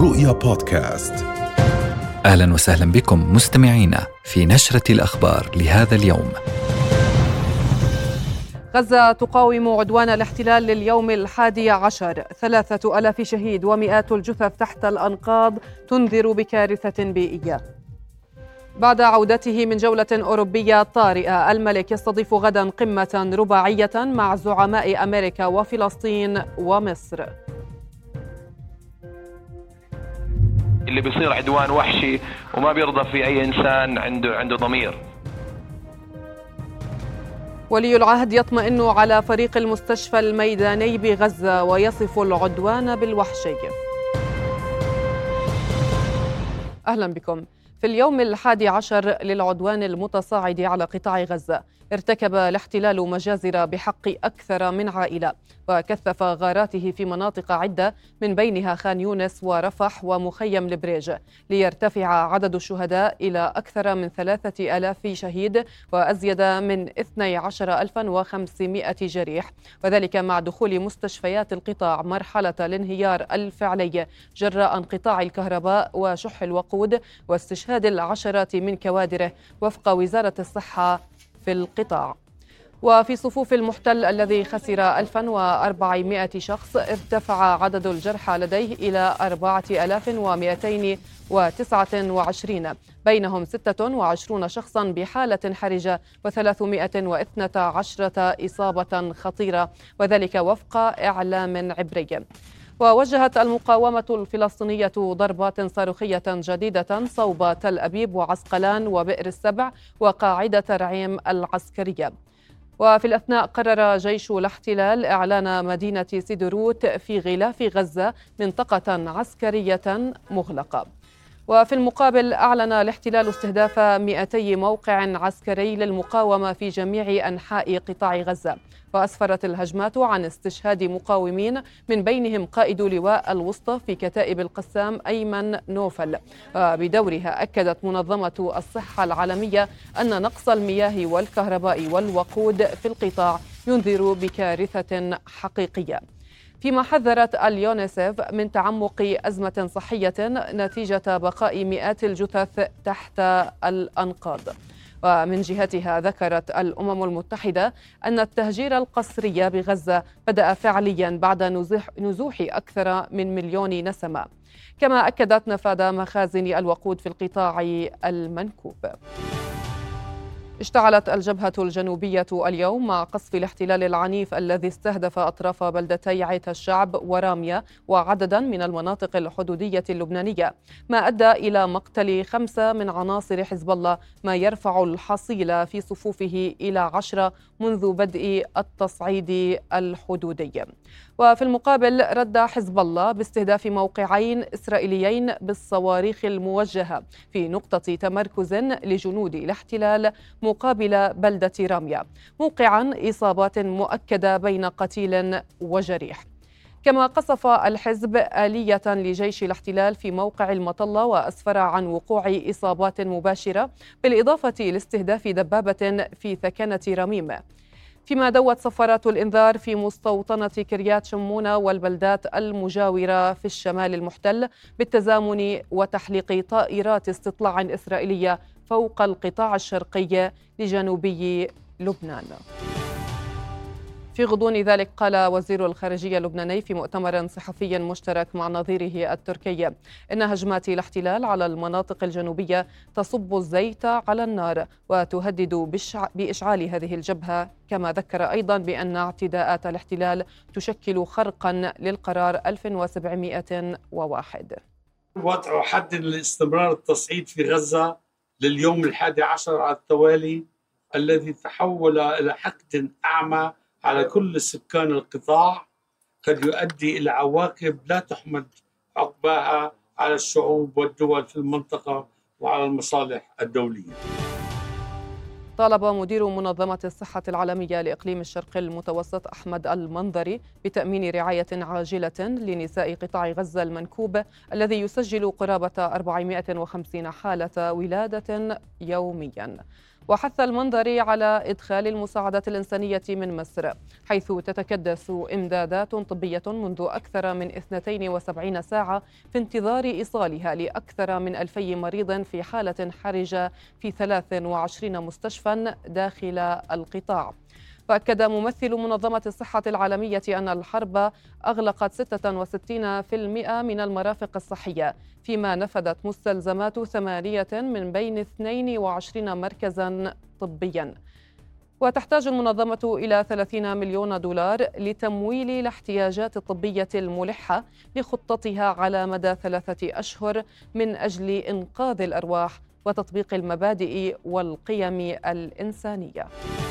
رؤيا بودكاست. أهلا وسهلا بكم مستمعينا في نشرة الأخبار لهذا اليوم. غزة تقاوم عدوان الاحتلال لليوم 11، 3000 شهيد ومئات الجثث تحت الأنقاض، تنذر بكارثة بيئية. بعد عودته من جولة أوروبية طارئة، الملك يستضيف غدا قمة رباعية مع زعماء أمريكا وفلسطين ومصر. اللي بيصير عدوان وحشي وما بيرضى في أي إنسان عنده ضمير. ولي العهد يطمئن على فريق المستشفى الميداني بغزة ويصف العدوان بالوحشي. أهلا بكم. في اليوم 11 للعدوان المتصاعد على قطاع غزة، ارتكب الاحتلال مجازر بحق أكثر من عائلة، وكثف غاراته في مناطق عدة من بينها خان يونس ورفح ومخيم البريج، ليرتفع عدد الشهداء إلى أكثر من 3000 شهيد وأزيد من 12500 جريح، وذلك مع دخول مستشفيات القطاع مرحلة الانهيار الفعلي جراء انقطاع الكهرباء وشح الوقود واستشهاد العشرات من كوادره وفق وزارة الصحة في القطاع. وفي صفوف المحتل الذي خسر 1400 شخص، ارتفع عدد الجرحى لديه إلى 4229، بينهم 26 شخصا بحالة حرجة و312 إصابة خطيرة، وذلك وفق إعلام عبري. ووجهت المقاومة الفلسطينية ضربات صاروخية جديدة صوب تل أبيب وعسقلان وبئر السبع وقاعدة رعيم العسكرية. وفي الأثناء قرر جيش الاحتلال إعلان مدينة سيدروت في غلاف غزة منطقة عسكرية مغلقة. وفي المقابل أعلن الاحتلال استهداف 200 موقع عسكري للمقاومة في جميع أنحاء قطاع غزة، وأسفرت الهجمات عن استشهاد مقاومين من بينهم قائد لواء الوسطى في كتائب القسام أيمن نوفل. وبدورها أكدت منظمة الصحة العالمية أن نقص المياه والكهرباء والوقود في القطاع ينذر بكارثة حقيقية، فيما حذرت اليونيسيف من تعمق أزمة صحية نتيجة بقاء مئات الجثث تحت الأنقاض. ومن جهتها ذكرت الأمم المتحدة أن التهجير القسري بغزة بدأ فعليا بعد نزوح أكثر من 1,000,000 نسمة، كما أكدت نفاذ مخازن الوقود في القطاع المنكوب. اشتعلت الجبهة الجنوبية اليوم مع قصف الاحتلال العنيف الذي استهدف أطراف بلدتي عيت الشعب ورامية وعددا من المناطق الحدودية اللبنانية، ما أدى إلى مقتل 5 من عناصر حزب الله، ما يرفع الحصيلة في صفوفه إلى 10 منذ بدء التصعيد الحدودي. وفي المقابل رد حزب الله باستهداف موقعين إسرائيليين بالصواريخ الموجهة في نقطة تمركز لجنود الاحتلال مقابل بلدة رامية، موقعا إصابات مؤكدة بين قتيل وجريح. كما قصف الحزب آلية لجيش الاحتلال في موقع المطلة وأسفر عن وقوع إصابات مباشرة، بالإضافة لاستهداف دبابة في ثكنة رميم، فيما دوت صفارات الإنذار في مستوطنة كريات شمونة والبلدات المجاورة في الشمال المحتل بالتزامن وتحليق طائرات استطلاع إسرائيلية فوق القطاع الشرقي لجنوبي لبنان. في غضون ذلك قال وزير الخارجية اللبناني في مؤتمر صحفي مشترك مع نظيره التركي إن هجمات الاحتلال على المناطق الجنوبية تصب الزيت على النار وتهدد بإشعال هذه الجبهة، كما ذكر أيضا بأن اعتداءات الاحتلال تشكل خرقا للقرار 1701. وضع حد لاستمرار التصعيد في غزة لليوم 11 على التوالي، الذي تحول إلى حقد أعمى على كل سكان القطاع، قد يؤدي إلى عواقب لا تحمد عقباها على الشعوب والدول في المنطقة وعلى المصالح الدولية. طالب مدير منظمة الصحة العالمية لإقليم الشرق المتوسط أحمد المنظري بتأمين رعاية عاجلة لنساء قطاع غزة المنكوب الذي يسجل قرابة 450 حالة ولادة يوميا. وحث المنظري على إدخال المساعدات الإنسانية من مصر، حيث تتكدس إمدادات طبية منذ أكثر من 72 ساعة في انتظار إيصالها لأكثر من 2000 مريض في حالة حرجة في 23 مستشفى داخل القطاع. وأكد ممثل منظمة الصحة العالمية أن الحرب أغلقت 66% من المرافق الصحية، فيما نفذت مستلزمات 8 من بين 22 مركزا طبيا. وتحتاج المنظمة إلى 30 مليون دولار لتمويل الاحتياجات الطبية الملحة لخطتها على مدى 3 أشهر من أجل إنقاذ الأرواح وتطبيق المبادئ والقيم الإنسانية.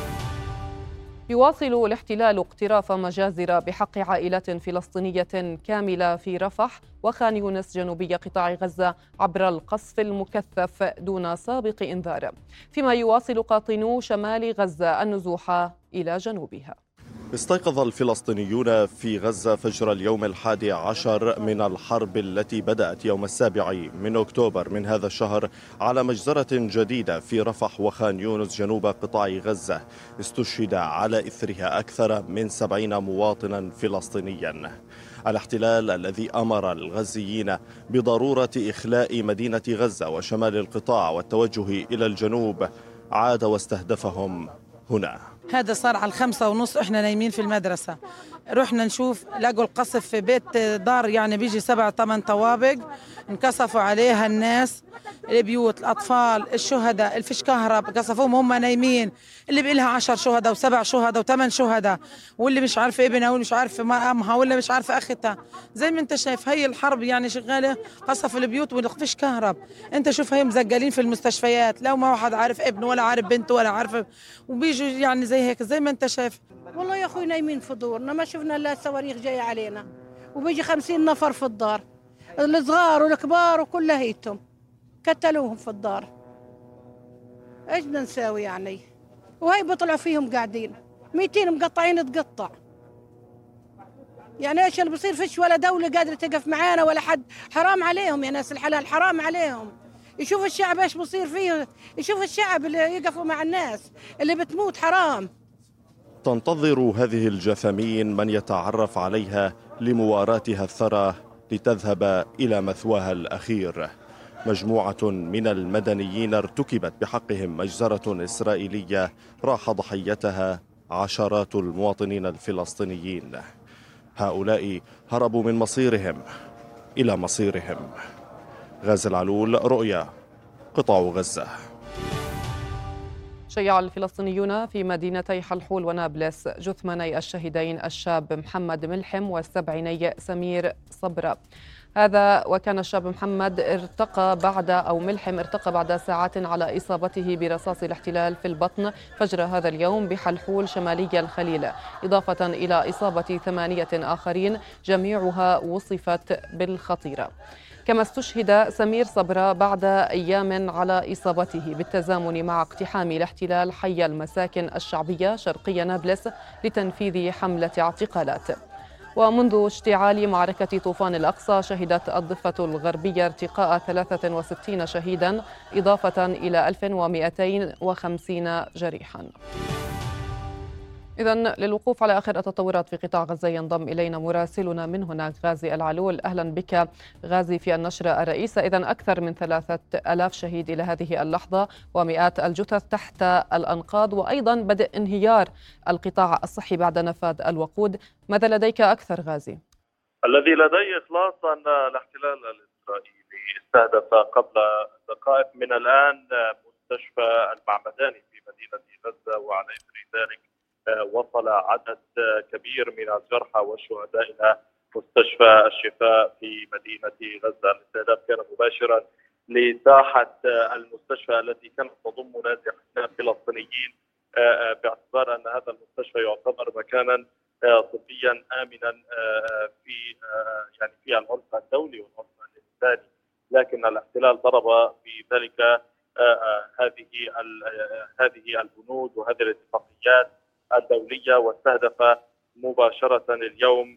يواصل الاحتلال اقتراف مجازر بحق عائلات فلسطينية كاملة في رفح وخان يونس جنوبي قطاع غزة عبر القصف المكثف دون سابق إنذار، فيما يواصل قاطنو شمال غزة النزوح إلى جنوبها. استيقظ الفلسطينيون في غزة فجر اليوم 11 من الحرب التي بدأت يوم 7 من أكتوبر من هذا الشهر على مجزرة جديدة في رفح وخان يونس جنوب قطاع غزة استشهد على إثرها أكثر من 70 مواطنا فلسطينيا. الاحتلال الذي أمر الغزيين بضرورة إخلاء مدينة غزة وشمال القطاع والتوجه إلى الجنوب عاد واستهدفهم هنا. هذا صار على 5:30 احنا نايمين في المدرسة، رحنا نشوف لقوا القصف في بيت دار يعني بيجي 7-8 طوابق انكسفوا عليها الناس، البيوت، الأطفال، الشهداء، الفيش كهرب قصفوهم هم نايمين، اللي بيلها 10 شهداء و7 شهداء و8 شهداء، واللي مش عارفة ابنها واللي مش عارفة ما أمها واللي مش عارفة أختها. زي ما انت شايف هي الحرب يعني شغالة، قصفوا البيوت والفيش كهرب. انت شوف هي مزقلين في المستشفيات، لو ما واحد عارف ابنه ولا عارف بنته ولا عارف، وبيجوا يعني زي هيك زي ما انت شايف. والله يا اخوي نايمين في دورنا، ما شفنا الا الصواريخ جايه علينا، وبيجي 50 نفر في الدار، الصغار والكبار وكلهيتهم قتلوهم في الدار. ايش بدنا نساوي يعني؟ وهي بيطلعوا فيهم قاعدين 200 مقطعين تقطع. يعني ايش اللي بصير؟ فيش ولا دولة قادرة تقف معانا ولا حد. حرام عليهم يا ناس الحلال، حرام عليهم. يشوف الشعب ايش بصير فيه، يشوف الشعب اللي يقفوا مع الناس اللي بتموت. حرام. تنتظر هذه الجثامين من يتعرف عليها لمواراتها الثرى لتذهب إلى مثواها الأخير. مجموعة من المدنيين ارتكبت بحقهم مجزرة إسرائيلية راح ضحيتها عشرات المواطنين الفلسطينيين. هؤلاء هربوا من مصيرهم إلى مصيرهم. غازي العلول، رؤيا، قطاع غزة. شيع الفلسطينيون في مدينتي حلحول ونابلس جثماني الشهيدين الشاب محمد ملحم والسبعيني سمير صبرا. هذا وكان الشاب محمد ملحم ارتقى بعد ساعات على إصابته برصاص الاحتلال في البطن فجر هذا اليوم بحلحول شمالي الخليل، إضافة إلى إصابة 8 آخرين جميعها وصفت بالخطيرة. كما استشهد سمير صبرا بعد أيام على إصابته بالتزامن مع اقتحام الاحتلال حي المساكن الشعبية شرقي نابلس لتنفيذ حملة اعتقالات. ومنذ اشتعال معركة طوفان الأقصى شهدت الضفة الغربية ارتقاء 63 شهيدا إضافة إلى 1250 جريحا. إذن للوقوف على آخر التطورات في قطاع غزة ينضم إلينا مراسلنا من هناك غازي العلول. أهلا بك غازي في النشرة الرئيسة. إذن أكثر من 3000 شهيد إلى هذه اللحظة ومئات الجثث تحت الأنقاض، وأيضا بدء انهيار القطاع الصحي بعد نفاذ الوقود. ماذا لديك أكثر غازي؟ الذي لدي إخلاص أن الاحتلال الإسرائيلي استهدف قبل دقائق من الآن مستشفى المعمداني في مدينة غزة، وعلى إثر ذلك وصل عدد كبير من الجرحى والشهداء إلى مستشفى الشفاء في مدينة غزة. الاستهداف كان مباشرا لساحة المستشفى التي كانت تضم نازحين فلسطينيين، باعتبار أن هذا المستشفى يعتبر مكانا طبيا آمنا في العرف الدولي والعرف الإنساني، لكن الاحتلال ضرب بذلك هذه البنود وهذه الاتفاقيات الدولية، واستهدف مباشرة اليوم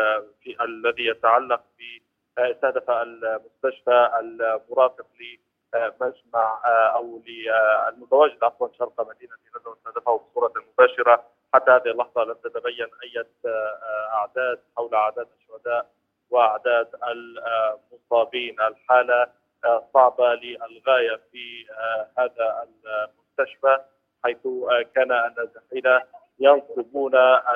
الذي يتعلق استهدف المستشفى المرافق مجمع أو للمتواجد عفوا شرق مدينة غزة واستهدفه بصورة مباشرة. حتى هذه اللحظة لم تتبين أي أعداد حول أعداد الشهداء وأعداد المصابين. الحالة صعبة للغاية في هذا المستشفى، حيث كان النازحين ينصبون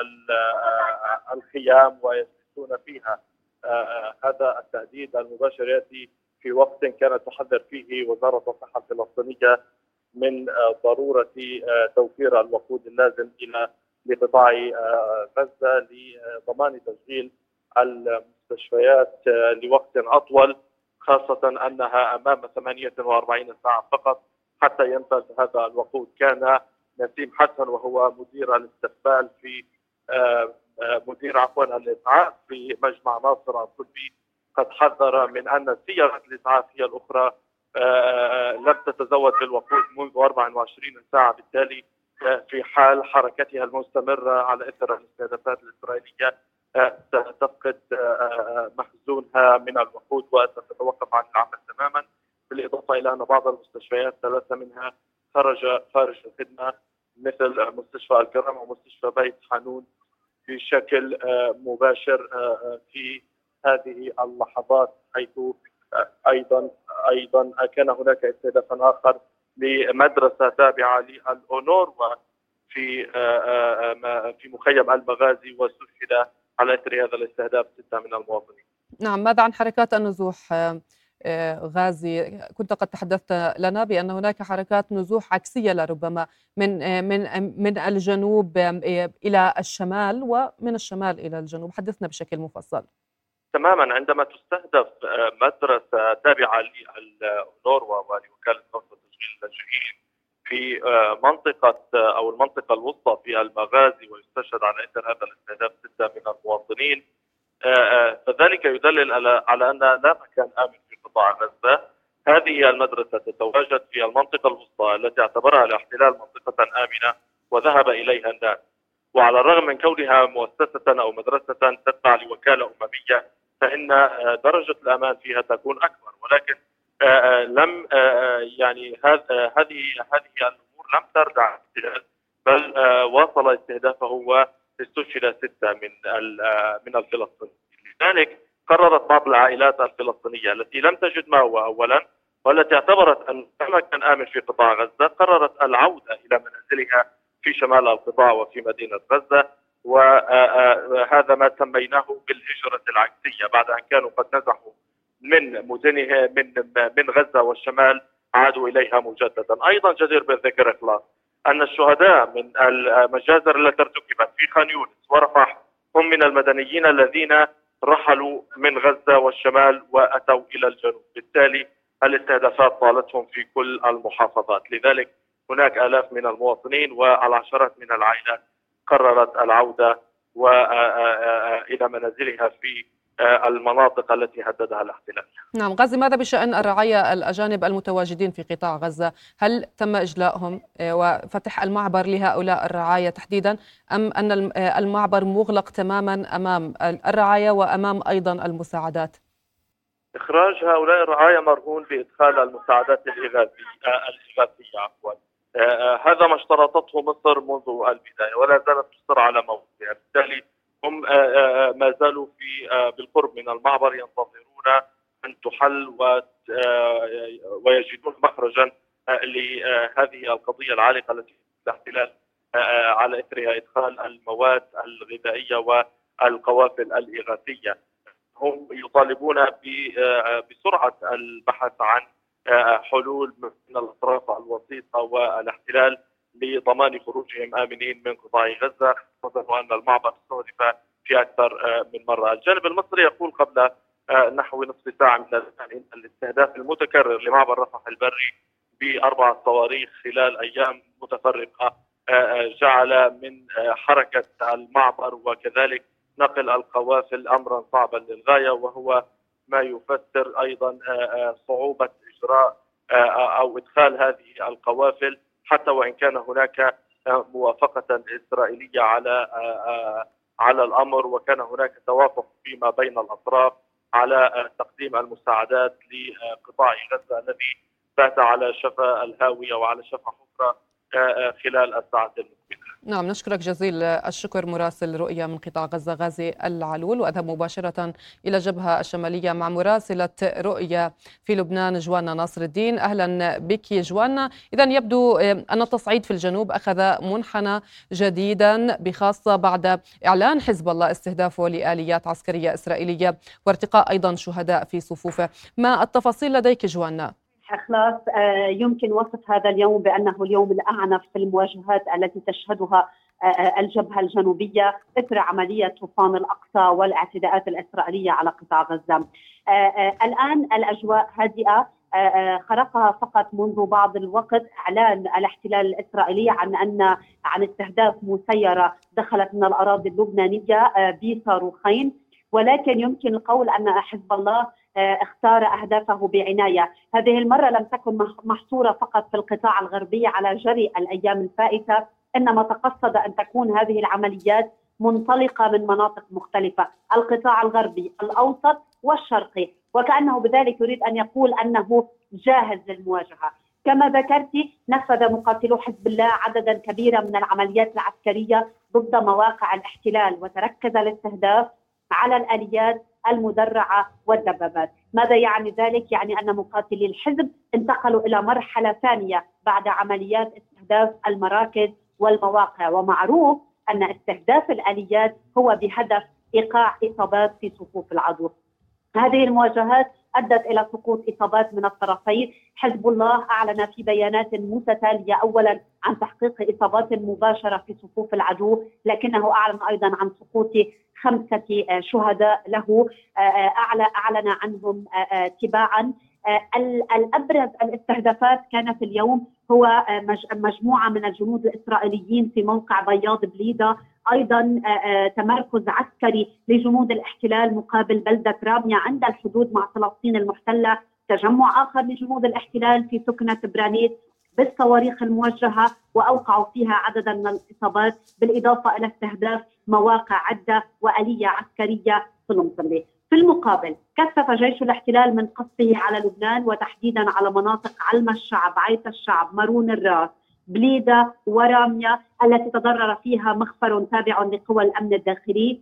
الخيام ويجلسون فيها. هذا التهديد المباشر يأتي في وقت كانت تحذر فيه وزارة الصحة الفلسطينية من ضرورة توفير الوقود اللازم لقطاع غزة لضمان تشغيل المستشفيات لوقت أطول، خاصة أنها أمام 48 ساعة فقط حتى ينفذ هذا الوقود. كان نسيم حسن وهو مدير الاستقبال في الإسعاف في مجمع ناصر الطبي قد حذر من أن سيارة الإسعاف هي الأخرى لم تتزود بالوقود منذ 24 ساعة، بالتالي في حال حركتها المستمرة على إثر الاستهدافات الإسرائيلية ستفقد مخزونها من الوقود وستتوقف عن العمل تماما. بالإضافة إلى أن بعض المستشفيات 3 منها خارج الخدمة، مثل مستشفى الكرم ومستشفى بيت حانون بشكل مباشر في هذه اللحظات، حيث أيضا كان هناك استهداف آخر لمدرسة تابعة للأونور في مخيم المغازي، واستشهد على إثر هذا الاستهداف 6 من المواطنين. نعم، ماذا عن حركات النزوح غازي؟ كنت قد تحدثت لنا بأن هناك حركات نزوح عكسية لربما من الجنوب إلى الشمال ومن الشمال إلى الجنوب، حدثنا بشكل مفصل. تماما، عندما تستهدف مدرسة تابعة للأونور ولوكالة غوث وتشغيل اللاجئين في منطقة أو المنطقة الوسطى في المغازي ويستشهد على إثر هذا الاستهداف 6 من المواطنين، فذلك يدلل على أن لا مكان آمن في قطاع غزة. هذه المدرسة تتواجد في المنطقة الوسطى التي اعتبرها الاحتلال منطقة آمنة وذهب إليها الناس، وعلى الرغم من كونها مؤسسة أو مدرسة تتبع لوكالة أممية فإن درجة الأمان فيها تكون أكبر، ولكن لم يعني هذه الأمور لم تردع الاحتلال، بل واصل استهدافه واستشهد 6 من الفلسطينيين. لذلك قررت بعض العائلات الفلسطينية التي لم تجد مأوى أولا والتي اعتبرت أن لا مكان آمن في قطاع غزة، قررت العودة إلى منازلها في شمال القطاع وفي مدينة غزة، وهذا ما سميناه بالهجرة العكسية، بعد أن كانوا قد نزحوا من مدنها من غزة والشمال عادوا إليها مجددا. أيضا جدير بالذكر إخلاص أن الشهداء من المجازر التي ارتكبت في خان يونس ورفح هم من المدنيين الذين رحلوا من غزة والشمال وأتوا إلى الجنوب، بالتالي الاستهدافات طالتهم في كل المحافظات. لذلك هناك آلاف من المواطنين والعشرات من العائلات قررت العودة إلى منازلها في المناطق التي هددها الاحتلال. نعم غازي، ماذا بشأن الرعايا الأجانب المتواجدين في قطاع غزة؟ هل تم إجلائهم وفتح المعبر لهؤلاء الرعايا تحديدا، أم أن المعبر مغلق تماما أمام الرعايا وأمام أيضا المساعدات؟ إخراج هؤلاء الرعايا مرهون بإدخال المساعدات الإغاثية عفوا. هذا ما اشترطته مصر منذ البداية ولا زالت تصر على موقفها، بالتالي هم ما زالوا بالقرب من المعبر ينتظرون أن تحل ويجدون مخرجا لهذه القضية العالقة التي الاحتلال على إثرها إدخال المواد الغذائية والقوافل الإغاثية. هم يطالبون بسرعة البحث عن حلول من الأطراف الوسيطة والاحتلال لضمان خروجهم آمنين من قطاع غزة، خاصة وأن المعبر استهدف في أكثر من مرة. الجانب المصري يقول قبل نحو نصف ساعة من الآن الاستهداف المتكرر لمعبر رفح البري ب4 صواريخ خلال أيام متفرقة جعل من حركة المعبر وكذلك نقل القوافل أمرا صعبا للغاية، وهو ما يفسر أيضا صعوبة إجراء أو إدخال هذه القوافل، حتى وإن كان هناك موافقة إسرائيلية على الأمر، وكان هناك توافق فيما بين الأطراف على تقديم المساعدات لقطاع غزة الذي بات على شفا الهاوية وعلى شفا حفرة خلال الساعات المقبلة. نعم، نشكرك جزيل الشكر مراسل رؤيا من قطاع غزة غازي العلول. وأذهب مباشرة إلى الجبهة الشمالية مع مراسلة رؤيا في لبنان جوانا ناصر الدين. أهلا بك جوانا. إذن يبدو أن التصعيد في الجنوب أخذ منحنى جديدا، بخاصة بعد إعلان حزب الله استهدافه لآليات عسكرية إسرائيلية وارتقاء أيضا شهداء في صفوفه. ما التفاصيل لديك جوانا؟ إخلاص، يمكن وصف هذا اليوم بأنه اليوم الأعنف في المواجهات التي تشهدها الجبهة الجنوبية إثر عملية طوفان الأقصى والاعتداءات الإسرائيلية على قطاع غزة. الآن الأجواء هادئة، خرقها فقط منذ بعض الوقت إعلان الاحتلال الإسرائيلي عن استهداف مسيرة دخلت من الأراضي اللبنانية بصاروخين، ولكن يمكن القول أن حزب الله اختار أهدافه بعناية. هذه المرة لم تكن محصورة فقط في القطاع الغربي على جري الأيام الفائتة، إنما تقصد أن تكون هذه العمليات منطلقة من مناطق مختلفة، القطاع الغربي، الأوسط والشرقي، وكأنه بذلك يريد أن يقول أنه جاهز للمواجهة. كما ذكرت، نفذ مقاتلو حزب الله عددا كبيرا من العمليات العسكرية ضد مواقع الاحتلال، وتركز الاستهداف على الآليات المدرعة والدبابات. ماذا يعني ذلك؟ يعني أن مقاتلي الحزب انتقلوا إلى مرحلة ثانية بعد عمليات استهداف المراكز والمواقع، ومعروف أن استهداف الآليات هو بهدف إيقاع إصابات في صفوف العدو. هذه المواجهات أدت إلى سقوط إصابات من الطرفين. حزب الله أعلن في بيانات متتالية أولا عن تحقيق إصابات مباشرة في صفوف العدو، لكنه أعلن أيضا عن سقوط 5 شهداء له أعلن عنهم تباعا. الأبرز الاستهدافات كانت اليوم هو مجموعة من الجنود الإسرائيليين في موقع بياض بليدة، أيضا تمركز عسكري لجنود الاحتلال مقابل بلدة رامية عند الحدود مع فلسطين المحتلة، تجمع آخر لجنود الاحتلال في سكنة برانيت بالصواريخ الموجهة وأوقعوا فيها عددا من الإصابات، بالإضافة إلى استهداف مواقع عدة وآلية عسكرية في المنطقة. في المقابل كثف جيش الاحتلال من قصفه على لبنان، وتحديدا على مناطق علم الشعب، عيت الشعب، مارون الراس، بليدة ورامية، التي تضرر فيها مخفر تابع لقوى الأمن الداخلي،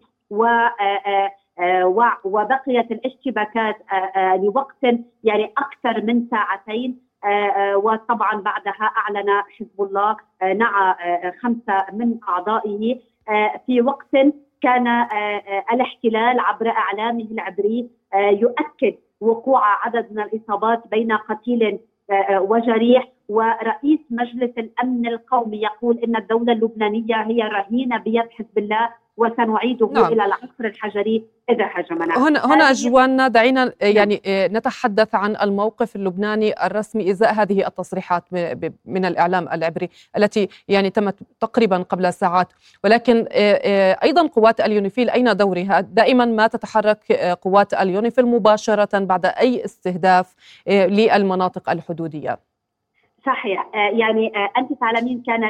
وبقيت الاشتباكات لوقت يعني أكثر من ساعتين. وطبعا بعدها أعلن حزب الله نعى 5 من أعضائه في وقت كان الاحتلال عبر إعلامه العبري يؤكد وقوع عدد من الإصابات بين قتيل وجريح. ورئيس مجلس الأمن القومي يقول إن الدولة اللبنانية هي رهينة بيد حزب الله وسنعيده إلى العصر الحجري إذا هاجمنا. هنا جوانا دعينا يعني نتحدث عن الموقف اللبناني الرسمي إزاء هذه التصريحات من الإعلام العبري التي يعني تمت تقريبا قبل ساعات، ولكن أيضا قوات اليونيفيل أين دورها؟ دائما ما تتحرك قوات اليونيفيل مباشرة بعد أي استهداف للمناطق الحدودية. صحيح، يعني أنت تعلمين كان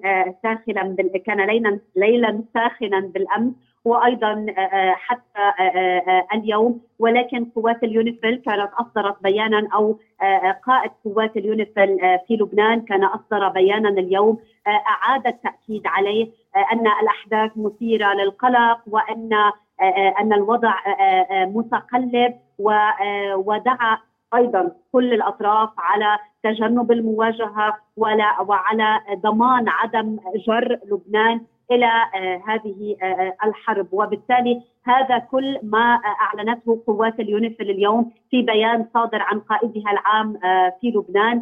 ليلا ساخنا بالأمس وأيضا حتى اليوم، ولكن قوات اليونيفيل كانت أصدرت بيانا، أو قائد قوات اليونيفيل في لبنان كان أصدر بيانا اليوم أعاد التأكيد عليه أن الأحداث مثيرة للقلق، وأن الوضع متقلب، ودعا أيضا كل الأطراف على تجنب المواجهة وعلى ضمان عدم جر لبنان إلى هذه الحرب. وبالتالي هذا كل ما أعلنته قوات اليونيفيل اليوم في بيان صادر عن قائدها العام في لبنان.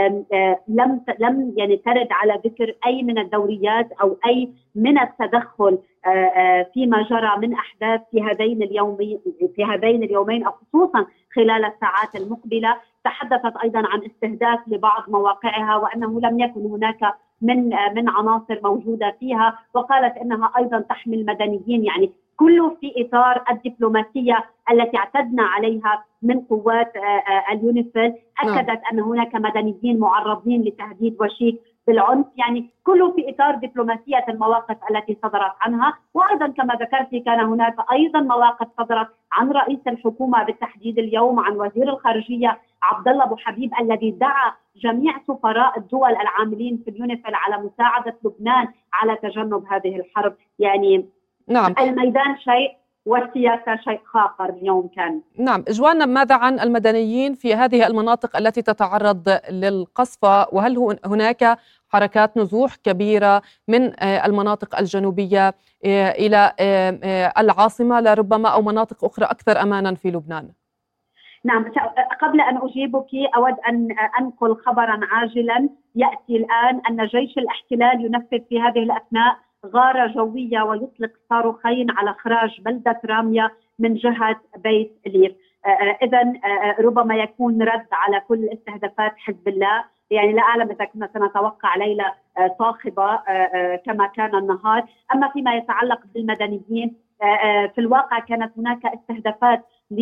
لم يعني ترد على ذكر أي من الدوريات أو أي من التدخل فيما جرى من أحداث في هذين اليومين أو خصوصا خلال الساعات المقبلة. تحدثت أيضا عن استهداف لبعض مواقعها وأنه لم يكن هناك من عناصر موجودة فيها، وقالت أنها أيضا تحمل مدنيين، يعني كله في إطار الدبلوماسية التي اعتدنا عليها من قوات اليونيفيل. أكدت أن هناك مدنيين معرضين لتهديد وشيك بالعنف، يعني كله في إطار دبلوماسية المواقف التي صدرت عنها. وأيضا كما ذكرت كان هناك أيضا مواقف صدرت عن رئيس الحكومة بالتحديد اليوم، عن وزير الخارجية عبد الله أبو حبيب الذي دعا جميع سفراء الدول العاملين في اليونيفيل على مساعدة لبنان على تجنب هذه الحرب. يعني نعم. الميدان شيء والسياسة شيء آخر اليوم كان. نعم. جوانا، ماذا عن المدنيين في هذه المناطق التي تتعرض للقصف؟ وهل هناك حركات نزوح كبيرة من المناطق الجنوبية إلى العاصمة لربما أو مناطق أخرى أكثر أمانا في لبنان؟ نعم، قبل أن أجيبك أود أن أنقل خبرا عاجلا يأتي الآن أن جيش الاحتلال ينفذ في هذه الأثناء غارة جوية ويطلق صاروخين على إخراج بلدة رامية من جهة بيت ليف. إذا ربما يكون رد على كل استهدافات حزب الله. يعني لا أعلم إذا كنا سنتوقع ليلة صاخبة كما كان النهار. أما فيما يتعلق بالمدنيين، في الواقع كانت هناك استهدافات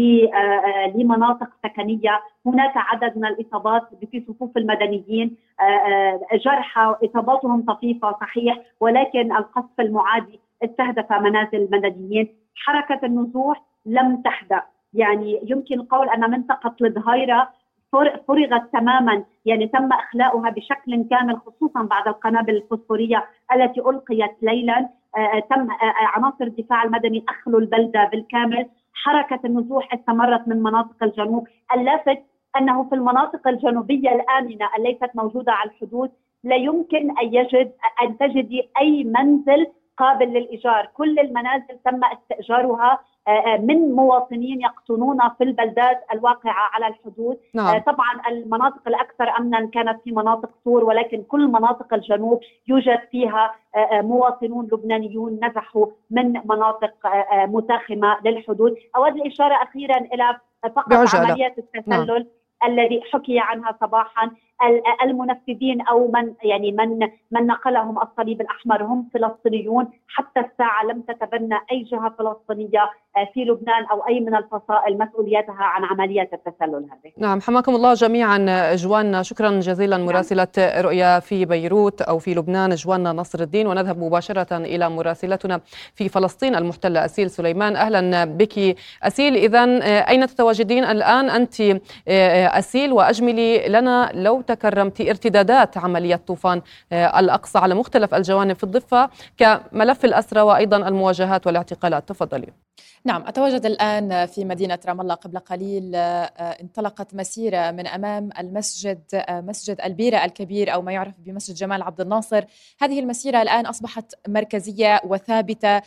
لمناطق سكنية. هناك عدد من الإصابات في صفوف المدنيين، جرحى إصاباتهم طفيفة صحيح، ولكن القصف المعادي استهدف منازل المدنيين. حركة النزوح لم تحدث، يعني يمكن القول أن منطقة الظهيرة فرغت تماما، يعني تم إخلاؤها بشكل كامل، خصوصا بعد القنابل الفوسفورية التي ألقيت ليلا. تم عناصر الدفاع المدني أخلوا البلدة بالكامل. حركة النزوح استمرت من مناطق الجنوب. اللافت أنه في المناطق الجنوبية الآمنة التي موجودة على الحدود لا يمكن أن تجدي أي منزل قابل للإيجار. كل المنازل تم استئجارها من مواطنين يقطنون في البلدات الواقعة على الحدود. نعم. طبعا المناطق الأكثر أمنا كانت في مناطق طور، ولكن كل مناطق الجنوب يوجد فيها مواطنون لبنانيون نزحوا من مناطق متاخمة للحدود. أود الإشارة أخيرا إلى فقط عمليات التسلل الذي حكي عنها صباحا. المنفذين او من نقلهم الصليب الاحمر هم فلسطينيون. حتى الساعه لم تتبنى اي جهه فلسطينيه في لبنان او اي من الفصائل مسؤوليتها عن عمليات التسلل هذه. نعم، حماكم الله جميعا. جوانا، شكرا جزيلا. مراسله رؤيا في بيروت او في لبنان جوانا نصر الدين. ونذهب مباشره الى مراسلتنا في فلسطين المحتله اسيل سليمان. اهلا بك اسيل. اذا اين تتواجدين الان انت اسيل؟ واجملي لنا لو تكرمت ارتدادات عملية طوفان الأقصى على مختلف الجوانب في الضفة كملف الأسرى وأيضا المواجهات والاعتقالات. تفضلي. نعم، أتواجد الآن في مدينة رام الله. قبل قليل انطلقت مسيرة من أمام مسجد البيرة الكبير أو ما يعرف بمسجد جمال عبد الناصر. هذه المسيرة الآن أصبحت مركزية وثابتة،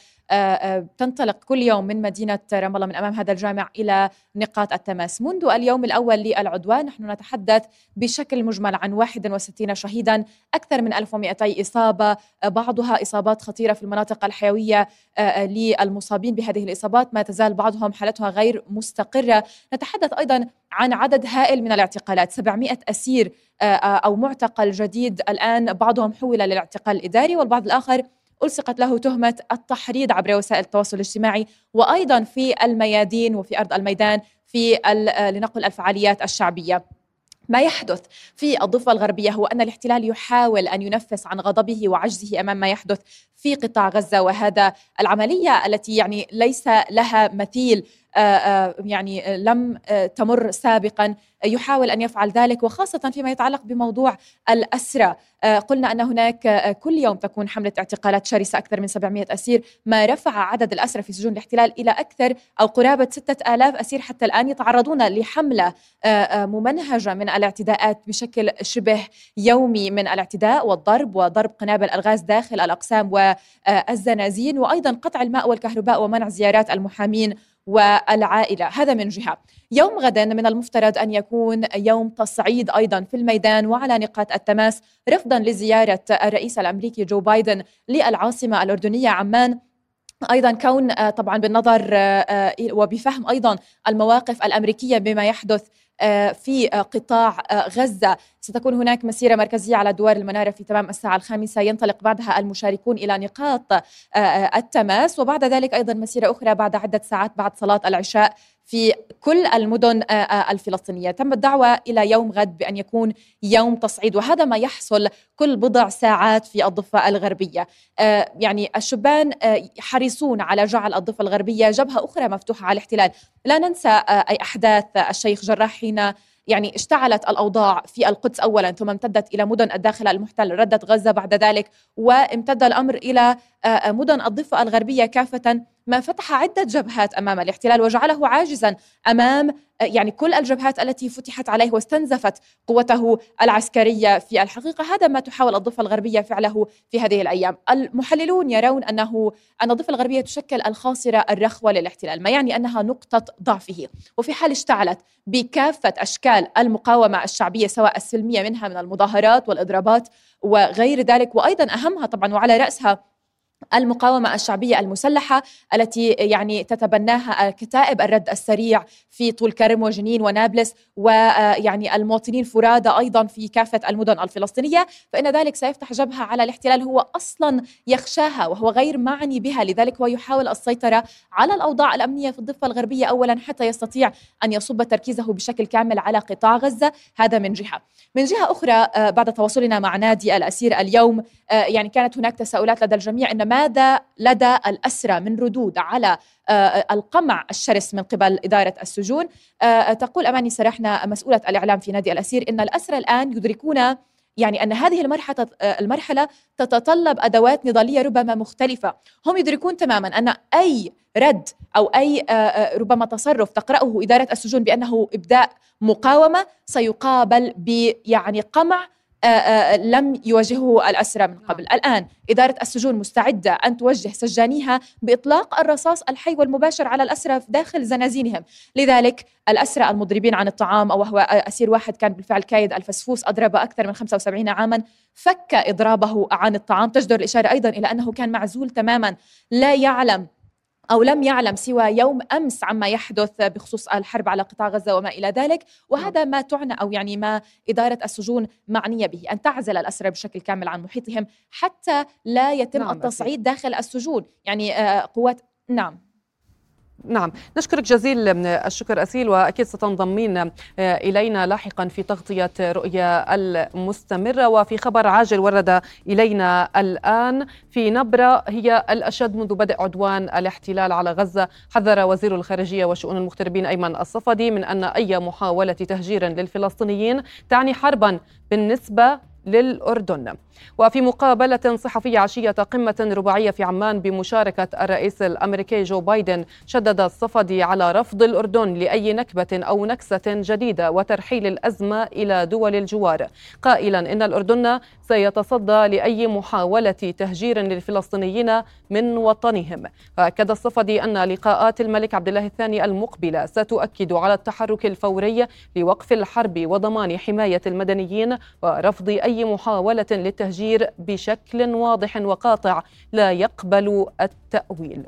تنطلق كل يوم من مدينة رام الله من أمام هذا الجامع إلى نقاط التماس. منذ اليوم الأول للعدوان نحن نتحدث بشكل مجمل عن 61 شهيدا، أكثر من 1200 إصابة، بعضها إصابات خطيرة في المناطق الحيوية للمصابين بهذه الإصابات، ما تزال بعضهم حالتها غير مستقرة. نتحدث أيضا عن عدد هائل من الاعتقالات، 700 أسير أو معتقل جديد الآن، بعضهم حول للاعتقال الإداري والبعض الآخر ألصقت له تهمة التحريض عبر وسائل التواصل الاجتماعي، وأيضا في الميادين وفي أرض الميدان في لنقل الفعاليات الشعبية. ما يحدث في الضفة الغربية هو أن الاحتلال يحاول أن ينفس عن غضبه وعجزه أمام ما يحدث في قطاع غزة، وهذا العملية التي يعني ليس لها مثيل، يعني لم تمر سابقا، يحاول أن يفعل ذلك، وخاصة فيما يتعلق بموضوع الأسرى. قلنا أن هناك كل يوم تكون حملة اعتقالات شرسة، أكثر من 700 أسير، ما رفع عدد الأسرى في سجون الاحتلال إلى أكثر أو قرابة 6000 أسير حتى الآن، يتعرضون لحملة ممنهجة من الاعتداءات بشكل شبه يومي، من الاعتداء والضرب وضرب قنابل الغاز داخل الأقسام والزنازين، وأيضا قطع الماء والكهرباء ومنع زيارات المحامين والعائلة. هذا من جهة. يوم غدا من المفترض أن يكون يوم تصعيد أيضا في الميدان وعلى نقاط التماس، رفضا لزيارة الرئيس الأمريكي جو بايدن للعاصمة الأردنية عمان، أيضا كون طبعا بالنظر وبفهم أيضا المواقف الأمريكية بما يحدث في قطاع غزة. ستكون هناك مسيرة مركزية على دوار المنارة في تمام الساعة 5، ينطلق بعدها المشاركون إلى نقاط التماس، وبعد ذلك أيضا مسيرة أخرى بعد عدة ساعات بعد صلاة العشاء في كل المدن الفلسطينية. تم الدعوة إلى يوم غد بأن يكون يوم تصعيد، وهذا ما يحصل كل بضع ساعات في الضفة الغربية. يعني الشبان حريصون على جعل الضفة الغربية جبهة أخرى مفتوحة على الاحتلال. لا ننسى أي أحداث الشيخ جراح حين يعني اشتعلت الأوضاع في القدس أولا، ثم امتدت إلى مدن الداخل المحتل، ردت غزة بعد ذلك، وامتد الأمر إلى مدن الضفة الغربية كافة، ما فتح عدة جبهات أمام الاحتلال وجعله عاجزا أمام يعني كل الجبهات التي فتحت عليه واستنزفت قوته العسكرية. في الحقيقة هذا ما تحاول الضفة الغربية فعله في هذه الأيام. المحللون يرون أن الضفة الغربية تشكل الخاصرة الرخوة للاحتلال، ما يعني أنها نقطة ضعفه، وفي حال اشتعلت بكافة أشكال المقاومة الشعبية سواء السلمية منها من المظاهرات والإضرابات وغير ذلك، وأيضا أهمها طبعا وعلى رأسها المقاومة الشعبية المسلحة التي يعني تتبناها كتائب الرد السريع في طول كرم وجنين ونابلس، ويعني المواطنين فرادى أيضا في كافة المدن الفلسطينية، فإن ذلك سيفتح جبهة على الاحتلال هو أصلا يخشاها وهو غير معني بها. لذلك هو يحاول السيطرة على الأوضاع الأمنية في الضفة الغربية أولا حتى يستطيع أن يصب تركيزه بشكل كامل على قطاع غزة. هذا من جهة. من جهة أخرى بعد تواصلنا مع نادي الأسير اليوم يعني كانت هناك تساؤلات لدى الجميع إن ماذا لدى الأسرى من ردود على القمع الشرس من قبل إدارة السجون. تقول أماني سرحنا مسؤولة الإعلام في نادي الأسير إن الأسرى الآن يدركون يعني أن هذه المرحلة تتطلب أدوات نضالية ربما مختلفة. هم يدركون تماما أن أي رد أو أي ربما تصرف تقرأه إدارة السجون بأنه إبداء مقاومة سيقابل يعني قمع لم يواجهه الأسرى من قبل. الآن إدارة السجون مستعدة أن توجه سجانيها بإطلاق الرصاص الحي والمباشر على الأسرى داخل زنازينهم. لذلك الأسرى المضربين عن الطعام، أو هو أسير واحد كان بالفعل كايد الفسفوس أضرب أكثر من 75 عاما، فك إضرابه عن الطعام. تجدر الإشارة أيضا إلى أنه كان معزول تماما، لا يعلم أو لم يعلم سوى يوم أمس عما يحدث بخصوص الحرب على قطاع غزة وما إلى ذلك. وهذا ما تعنى أو يعني ما إدارة السجون معنية به، أن تعزل الأسرى بشكل كامل عن محيطهم حتى لا يتم التصعيد داخل السجون. يعني قوات نعم، نشكرك جزيل الشكر أسيل، وأكيد ستنضمين إلينا لاحقا في تغطية رؤية المستمرة. وفي خبر عاجل ورد إلينا الآن في نبرة هي الأشد منذ بدء عدوان الاحتلال على غزة، حذر وزير الخارجية وشؤون المغتربين أيمن الصفدي من أن أي محاولة تهجير للفلسطينيين تعني حربا بالنسبة للأردن. وفي مقابلة صحفية عشية قمة رباعية في عمان بمشاركة الرئيس الأمريكي جو بايدن، شدد الصفدي على رفض الأردن لأي نكبة أو نكسة جديدة وترحيل الأزمة إلى دول الجوار، قائلا إن الأردن سيتصدى لأي محاولة تهجير للفلسطينيين من وطنهم. وأكد الصفدي أن لقاءات الملك عبد الله الثاني المقبلة ستؤكد على التحرك الفوري لوقف الحرب وضمان حماية المدنيين ورفض أي محاولة للتهجير بشكل واضح وقاطع لا يقبل التأويل.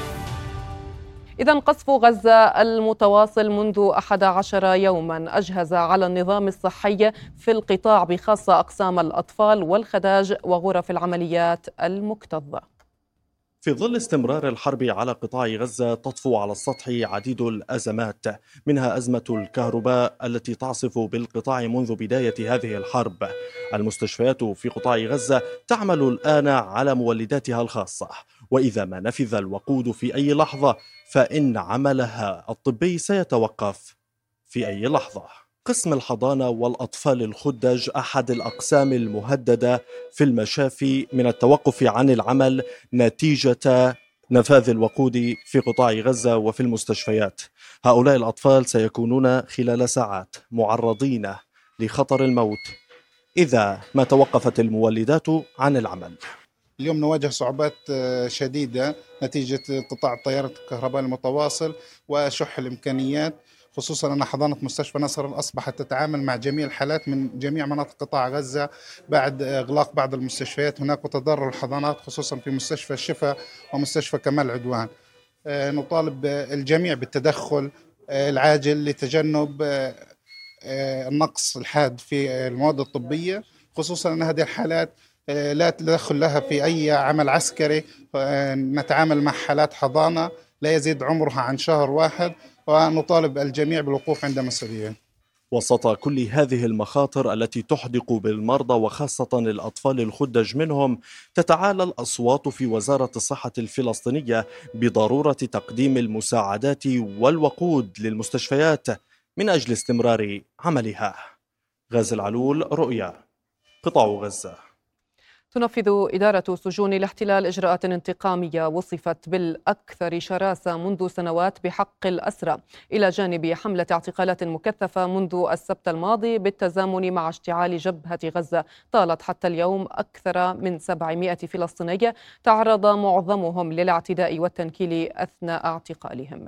إذن قصف غزة المتواصل منذ 11 يوما أجهز على النظام الصحي في القطاع بخاصة أقسام الأطفال والخداج وغرف العمليات المكتظة. في ظل استمرار الحرب على قطاع غزة تطفو على السطح عديد الأزمات، منها أزمة الكهرباء التي تعصف بالقطاع منذ بداية هذه الحرب. المستشفيات في قطاع غزة تعمل الآن على مولداتها الخاصة، وإذا ما نفذ الوقود في أي لحظة فإن عملها الطبي سيتوقف في أي لحظة. قسم الحضانة والأطفال الخدج أحد الأقسام المهددة في المشافي من التوقف عن العمل نتيجة نفاذ الوقود في قطاع غزة وفي المستشفيات. هؤلاء الأطفال سيكونون خلال ساعات معرضين لخطر الموت إذا ما توقفت المولدات عن العمل. اليوم نواجه صعوبات شديدة نتيجة قطاع التيار الكهرباء المتواصل وشح الإمكانيات، خصوصا أن حضانة مستشفى نصر أصبحت تتعامل مع جميع الحالات من جميع مناطق قطاع غزة بعد إغلاق بعض المستشفيات هناك وتضرر الحضانات خصوصا في مستشفى الشفا ومستشفى كمال عدوان. نطالب الجميع بالتدخل العاجل لتجنب النقص الحاد في المواد الطبية، خصوصا أن هذه الحالات لا تدخل لها في أي عمل عسكري. نتعامل مع حالات حضانة لا يزيد عمرها عن شهر واحد، ونطالب الجميع بالوقوف عند مسؤولية. وسط كل هذه المخاطر التي تحدق بالمرضى وخاصة الأطفال الخدج منهم، تتعالى الأصوات في وزارة الصحة الفلسطينية بضرورة تقديم المساعدات والوقود للمستشفيات من أجل استمرار عملها. غازي العلول، رؤيا، قطاع غزة. تنفذ إدارة سجون الاحتلال إجراءات انتقامية وصفت بالأكثر شراسة منذ سنوات بحق الأسرى، إلى جانب حملة اعتقالات مكثفة منذ السبت الماضي بالتزامن مع اشتعال جبهة غزة طالت حتى اليوم أكثر من 700 فلسطيني تعرض معظمهم للاعتداء والتنكيل أثناء اعتقالهم.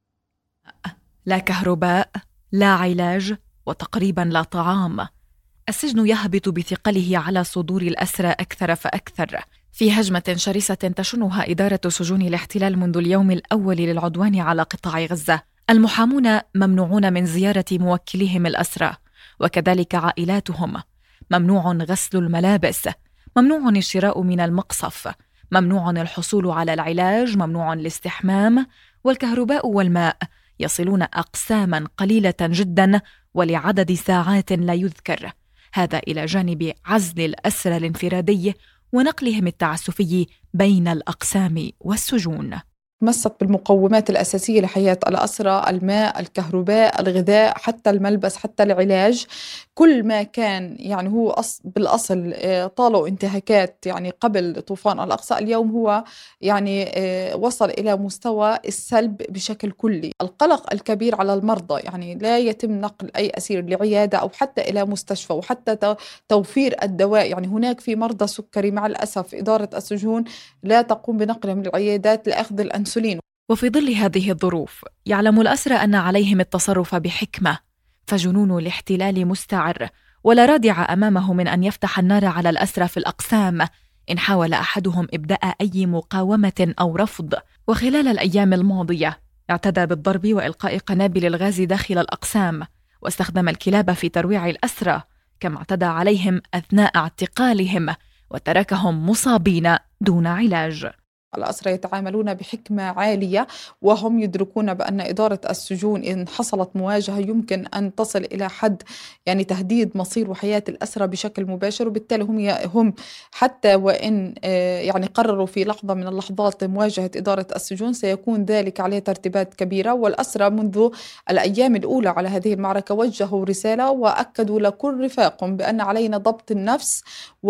لا كهرباء، لا علاج، وتقريبا لا طعام. السجن يهبط بثقله على صدور الأسرى أكثر فأكثر في هجمة شرسة تشنها إدارة سجون الاحتلال منذ اليوم الأول للعدوان على قطاع غزة. المحامون ممنوعون من زيارة موكليهم الأسرى، وكذلك عائلاتهم. ممنوع غسل الملابس، ممنوع الشراء من المقصف، ممنوع الحصول على العلاج، ممنوع الاستحمام، والكهرباء والماء يصلون أقساما قليلة جدا ولعدد ساعات لا يذكر. هذا إلى جانب عزل الأسرى الانفرادي ونقلهم التعسفي بين الأقسام والسجون. تمسك بالمقومات الأساسية لحياة الأسرى: الماء، الكهرباء، الغذاء، حتى الملبس، حتى العلاج. كل ما كان يعني هو بالأصل طالوا انتهاكات يعني قبل طوفان الأقصى، اليوم هو يعني وصل إلى مستوى السلب بشكل كلي. القلق الكبير على المرضى، يعني لا يتم نقل أي أسير لعيادة أو حتى إلى مستشفى، وحتى توفير الدواء. يعني هناك في مرضى سكري مع الأسف إدارة السجون لا تقوم بنقلهم للعيادات لأخذ الأنسولين. وفي ظل هذه الظروف يعلم الأسرى أن عليهم التصرف بحكمة، فجنون الاحتلال مستعر، ولا رادع أمامه من أن يفتح النار على الأسرى في الأقسام إن حاول أحدهم إبداء أي مقاومة أو رفض. وخلال الأيام الماضية اعتدى بالضرب وإلقاء قنابل الغاز داخل الأقسام، واستخدم الكلاب في ترويع الأسرى، كما اعتدى عليهم أثناء اعتقالهم وتركهم مصابين دون علاج. الأسرى يتعاملون بحكمة عالية، وهم يدركون بأن إدارة السجون إن حصلت مواجهة يمكن أن تصل إلى حد يعني تهديد مصير وحياة الأسرى بشكل مباشر، وبالتالي هم حتى وإن يعني قرروا في لحظة من اللحظات مواجهة إدارة السجون سيكون ذلك عليه ترتيبات كبيرة. والأسرى منذ الأيام الأولى على هذه المعركة وجهوا رسالة وأكدوا لكل رفاقهم بأن علينا ضبط النفس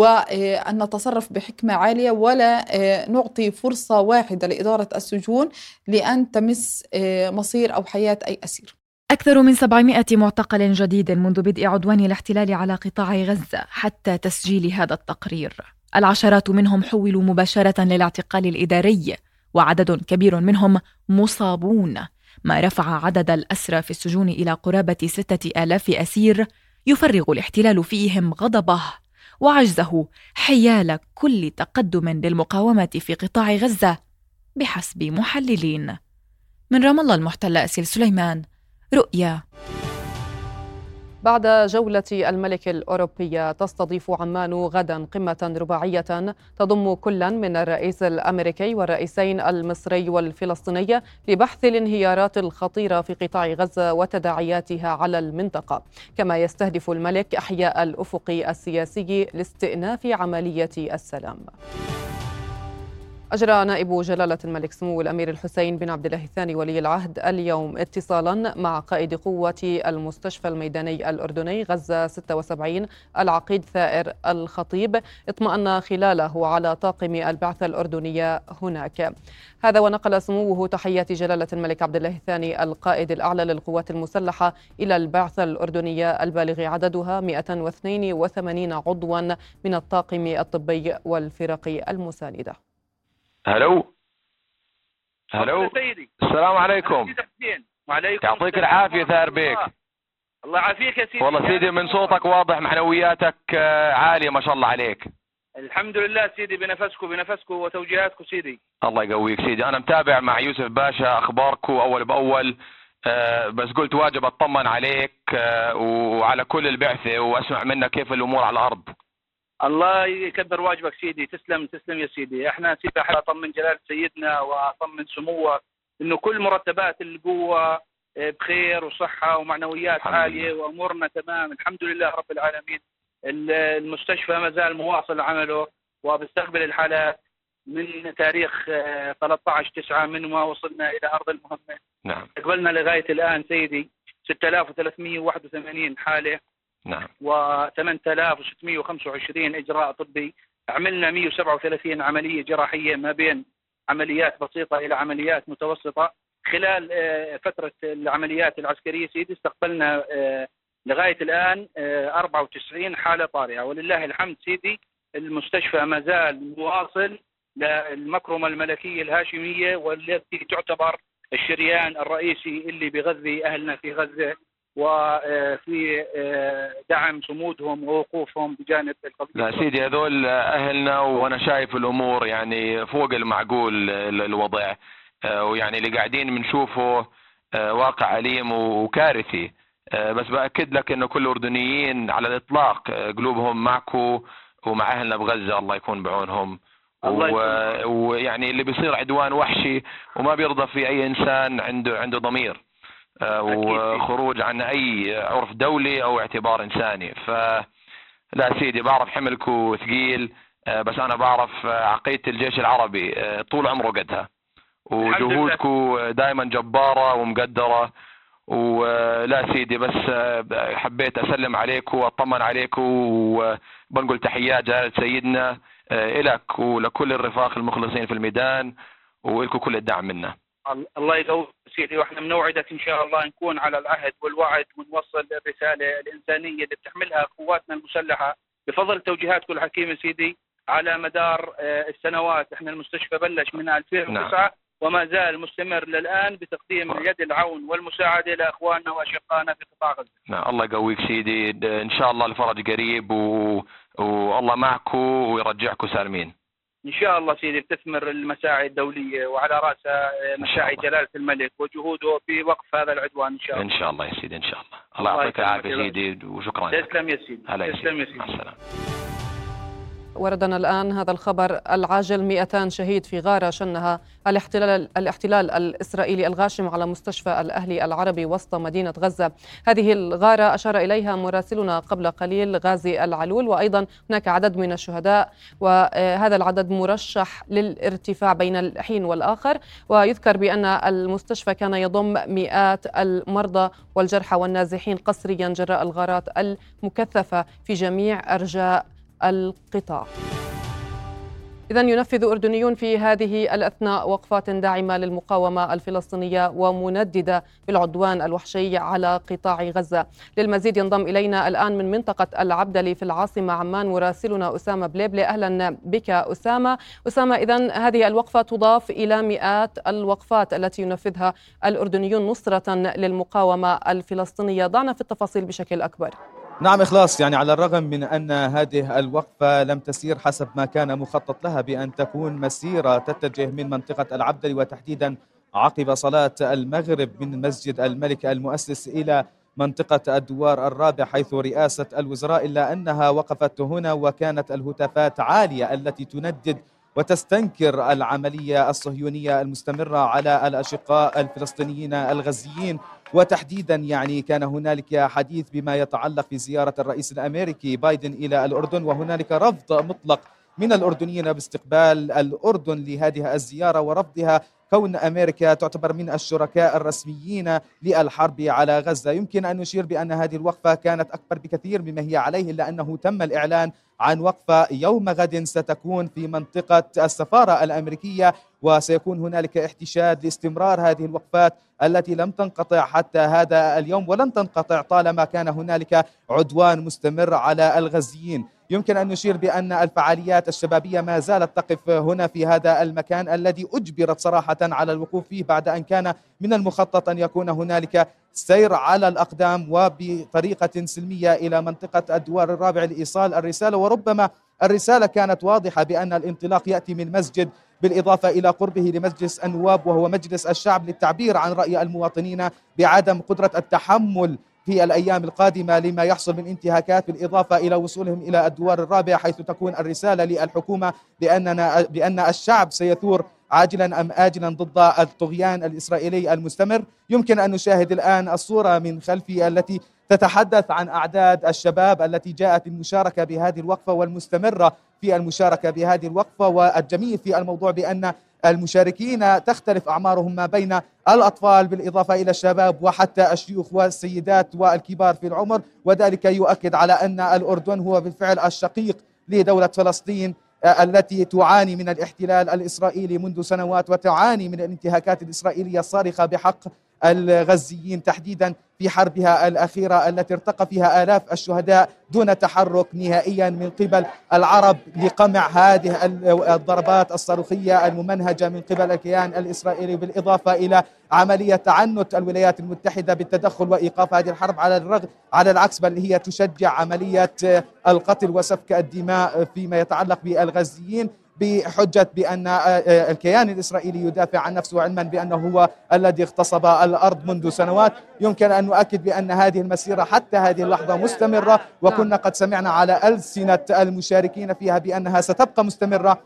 وأن نتصرف بحكمة عالية، ولا نعطي فرصة واحدة لإدارة السجون لأن تمس مصير أو حياة أي أسير. أكثر من 700 معتقل جديد منذ بدء عدوان الاحتلال على قطاع غزة حتى تسجيل هذا التقرير. العشرات منهم حولوا مباشرة للاعتقال الإداري، وعدد كبير منهم مصابون، ما رفع عدد الأسرى في السجون إلى قرابة 6000 أسير يفرغ الاحتلال فيهم غضبه وعجزه حيال كل تقدم للمقاومة في قطاع غزة بحسب محللين. من رام الله المحتلة، أسيل سليمان، رؤيا. بعد جولة الملك الأوروبية تستضيف عمان غدا قمة رباعية تضم كلا من الرئيس الأمريكي والرئيسين المصري والفلسطيني لبحث الانهيارات الخطيرة في قطاع غزة وتداعياتها على المنطقة، كما يستهدف الملك إحياء الأفق السياسي لاستئناف عملية السلام. أجرى نائب جلالة الملك سمو الأمير الحسين بن عبد الله الثاني ولي العهد اليوم اتصالا مع قائد قوة المستشفى الميداني الأردني غزة 76 العقيد ثائر الخطيب، اطمأن خلاله على طاقم البعثة الأردنية هناك. هذا ونقل سموه تحيات جلالة الملك عبد الله الثاني القائد الأعلى للقوات المسلحة إلى البعثة الأردنية البالغ عددها 182 عضوا من الطاقم الطبي والفرق المساندة. هلو سيدي، السلام عليكم. وعليكم يعطيك العافية ثائر بيك. الله يعافيك يا سيدي. والله سيدي من صوتك واضح معنوياتك عالية ما شاء الله عليك. الحمد لله سيدي، بنفسكم وتوجيهاتكم سيدي. الله يقويك سيدي. أنا متابع مع يوسف باشا أخباركم أول بأول، بس قلت واجب أطمن عليك وعلى كل البعثة وأسمع منك كيف الأمور على الأرض. الله يكبر واجبك سيدي. تسلم يا سيدي. احنا سيدي أحب أطمن جلالة سيدنا وأطمن سموه إنه كل مرتبات القوة بخير وصحة ومعنويات عالية وأمورنا تمام الحمد لله رب العالمين. المستشفى ما زال مواصل عمله وبيستقبل الحالات من تاريخ 13/9 من ما وصلنا إلى أرض المهمة. نعم. استقبلنا لغاية الآن سيدي 6381 حالة. نعم. و8625 إجراء طبي. عملنا 137 عملية جراحية ما بين عمليات بسيطة إلى عمليات متوسطة. خلال فترة العمليات العسكرية سيدي استقبلنا لغاية الآن 94 حالة طارئة ولله الحمد سيدي. المستشفى ما زال مواصل للمكرمة الملكية الهاشمية والتي تعتبر الشريان الرئيسي اللي بيغذي أهلنا في غزة وفي دعم صمودهم ووقوفهم بجانب القضية. لا سيدي هذول أهلنا وأنا شايف الأمور يعني فوق المعقول الوضع ويعني اللي قاعدين بنشوفه واقع أليم وكارثي. بس بأكد لك إنه كل الأردنيين على الإطلاق قلوبهم معكم ومع أهلنا بغزة الله يكون بعونهم. ويعني اللي بيصير عدوان وحشي وما بيرضى في أي إنسان عنده ضمير وخروج عن أي عرف دولي أو اعتبار إنساني. فلا سيدي بعرف حملكم ثقيل بس أنا بعرف عقيدة الجيش العربي طول عمره قدها وجهودكم دائما جبارة ومقدرة. ولا سيدي بس حبيت أسلم عليكم وأطمن عليكم وبنقول تحيات جلالة سيدنا إلك ولكل الرفاق المخلصين في الميدان ولكم كل الدعم منا. الله يقوي سيدي واحنا بنوعدك ان شاء الله نكون على العهد والوعد ونوصل الرسالة الإنسانية اللي بتحملها قواتنا المسلحة بفضل توجيهاتكم الحكيمة سيدي على مدار السنوات. احنا المستشفى بلش من 2009 نعم. وما زال مستمر للآن بتقديم يد العون والمساعدة لأخواننا وأشقائنا في قطاع غزة. نعم الله يقويك سيدي. إن شاء الله الفرج قريب والله معكم ويرجعكم سالمين. إن شاء الله سيدي. بتثمر المساعي الدولية وعلى رأسها مساعي جلالة الملك وجهوده في وقف هذا العدوان إن شاء الله. إن شاء الله يا سيدي إن شاء الله. الله يعطيك العافية سيدي وشكرا. تسلم يا سيدي. تسلم يا سيدي. مع السلامة. وردنا الآن هذا الخبر العاجل: 200 شهيد في غارة شنها الاحتلال الإسرائيلي الغاشم على مستشفى الأهلي العربي وسط مدينة غزة. هذه الغارة أشار إليها مراسلنا قبل قليل غازي العلول، وأيضا هناك عدد من الشهداء وهذا العدد مرشح للارتفاع بين الحين والآخر. ويذكر بأن المستشفى كان يضم مئات المرضى والجرحى والنازحين قسريا جراء الغارات المكثفة في جميع أرجاء القطاع. إذن ينفذ أردنيون في هذه الأثناء وقفات داعمة للمقاومة الفلسطينية ومنددة بالعدوان الوحشي على قطاع غزة. للمزيد ينضم إلينا الآن من منطقة العبدلي في العاصمة عمان مراسلنا أسامة بليبلي. أهلا بك أسامة. إذن هذه الوقفة تضاف إلى مئات الوقفات التي ينفذها الأردنيون نصرة للمقاومة الفلسطينية. ضعنا في التفاصيل بشكل أكبر. نعم إخلاص، يعني على الرغم من أن هذه الوقفة لم تسير حسب ما كان مخطط لها بأن تكون مسيرة تتجه من منطقة العبدلي وتحديدا عقب صلاة المغرب من مسجد الملك المؤسس إلى منطقة الدوار الرابع حيث رئاسة الوزراء، إلا أنها وقفت هنا وكانت الهتافات عالية التي تندد وتستنكر العملية الصهيونية المستمرة على الأشقاء الفلسطينيين الغزيين. وتحديدا يعني كان هنالك حديث بما يتعلق بزيارة الرئيس الأمريكي بايدن إلى الأردن، وهنالك رفض مطلق من الأردنيين باستقبال الأردن لهذه الزيارة ورفضها كون أمريكا تعتبر من الشركاء الرسميين للحرب على غزة. يمكن أن نشير بأن هذه الوقفة كانت أكبر بكثير مما هي عليه، إلا أنه تم الإعلان عن وقفة يوم غد ستكون في منطقة السفارة الأمريكية، وسيكون هنالك احتشاد لاستمرار هذه الوقفات التي لم تنقطع حتى هذا اليوم ولن تنقطع طالما كان هنالك عدوان مستمر على الغزيين. يمكن أن نشير بأن الفعاليات الشبابية ما زالت تقف هنا في هذا المكان الذي أجبرت صراحة على الوقوف فيه بعد أن كان من المخطط أن يكون هنالك سير على الأقدام وبطريقة سلمية إلى منطقة الدوار الرابع لإيصال الرسالة، وربما الرسالة كانت واضحة بأن الانطلاق يأتي من مسجد بالإضافة إلى قربه لمجلس النواب وهو مجلس الشعب للتعبير عن رأي المواطنين بعدم قدرة التحمل في الأيام القادمة لما يحصل من انتهاكات، بالإضافة إلى وصولهم إلى الدوار الرابع، حيث تكون الرسالة للحكومة بأن الشعب سيثور عاجلا أم آجلا ضد الطغيان الإسرائيلي المستمر. يمكن أن نشاهد الآن الصورة من خلفي التي تتحدث عن أعداد الشباب التي جاءت للمشاركة بهذه الوقفة والمستمرة في المشاركة بهذه الوقفة. والجميل في الموضوع بأن المشاركين تختلف أعمارهم ما بين الأطفال بالإضافة إلى الشباب وحتى الشيوخ والسيدات والكبار في العمر، وذلك يؤكد على أن الأردن هو بالفعل الشقيق لدولة فلسطين التي تعاني من الاحتلال الإسرائيلي منذ سنوات وتعاني من الانتهاكات الإسرائيلية الصارخة بحق الغزيين تحديدا في حربها الأخيرة التي ارتقى فيها آلاف الشهداء دون تحرك نهائيا من قبل العرب لقمع هذه الضربات الصاروخية الممنهجة من قبل الكيان الإسرائيلي، بالإضافة إلى عملية تعنت الولايات المتحدة بالتدخل وإيقاف هذه الحرب على العكس، بل هي تشجع عملية القتل وسفك الدماء فيما يتعلق بالغزيين بحجة بأن الكيان الإسرائيلي يدافع عن نفسه، علما بأنه هو الذي اغتصب الأرض منذ سنوات. يمكن أن نؤكد بأن هذه المسيرة حتى هذه اللحظة مستمرة، وكنا قد سمعنا على ألسنة المشاركين فيها بأنها ستبقى مستمرة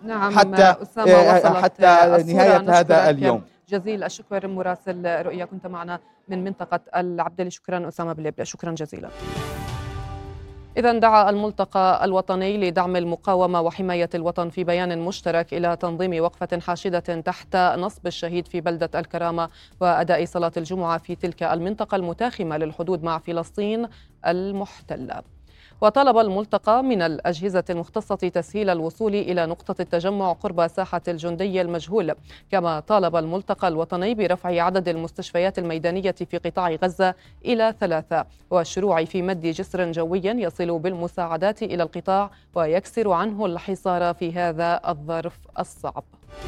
حتى نهاية هذا اليوم. جزيل الشكر مراسل رؤيا، كنت معنا من منطقة العبدلي. شكرا أسامة بليبلة، شكرا جزيلا. إذا دعا الملتقى الوطني لدعم المقاومة وحماية الوطن في بيان مشترك إلى تنظيم وقفة حاشدة تحت نصب الشهيد في بلدة الكرامة وأداء صلاة الجمعة في تلك المنطقة المتاخمة للحدود مع فلسطين المحتلة. وطلب الملتقى من الأجهزة المختصة تسهيل الوصول إلى نقطة التجمع قرب ساحة الجندي المجهول. كما طالب الملتقى الوطني برفع عدد المستشفيات الميدانية في قطاع غزة إلى 3 والشروع في مد جسر جوي يصل بالمساعدات إلى القطاع ويكسر عنه الحصار في هذا الظرف الصعب.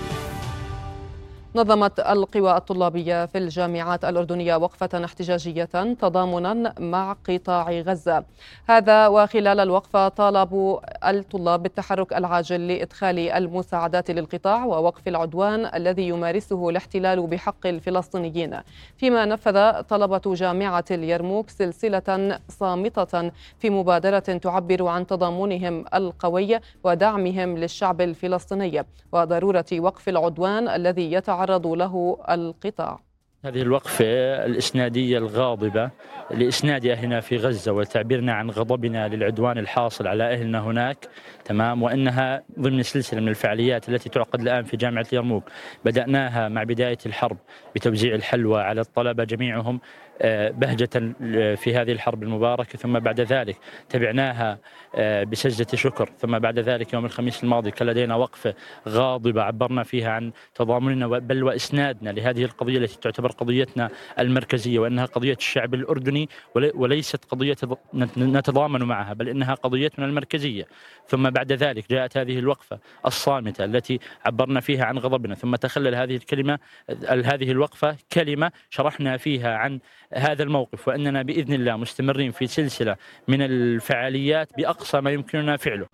نظمت القوى الطلابية في الجامعات الأردنية وقفة احتجاجية تضامنا مع قطاع غزة. هذا وخلال الوقفة طالبوا الطلاب بالتحرك العاجل لإدخال المساعدات للقطاع ووقف العدوان الذي يمارسه الاحتلال بحق الفلسطينيين. فيما نفذ طلبة جامعة اليرموك سلسلة صامتة في مبادرة تعبر عن تضامنهم القوي ودعمهم للشعب الفلسطيني وضرورة وقف العدوان الذي يتعرض له القطاع. هذه الوقفة الإسنادية الغاضبة لإسناد أهلنا في غزة وتعبيرنا عن غضبنا للعدوان الحاصل على أهلنا هناك، تمام، وأنها ضمن سلسلة من الفعاليات التي تعقد الآن في جامعة اليرموك. بدأناها مع بداية الحرب بتوزيع الحلوى على الطلبة جميعهم بهجة في هذه الحرب المباركة، ثم بعد ذلك تبعناها بسجدة شكر، ثم بعد ذلك يوم الخميس الماضي كان لدينا وقفة غاضبة عبرنا فيها عن تضامننا بل وإسنادنا لهذه القضية التي تعتبر قضيتنا المركزية، وأنها قضية الشعب الأردني وليست قضية نتضامن معها، بل إنها قضيتنا المركزية. ثم بعد ذلك جاءت هذه الوقفة الصامتة التي عبرنا فيها عن غضبنا، ثم تخلل هذه الوقفة كلمة شرحنا فيها عن هذا الموقف، وأننا بإذن الله مستمرين في سلسلة من الفعاليات بأقصى ما يمكننا فعله.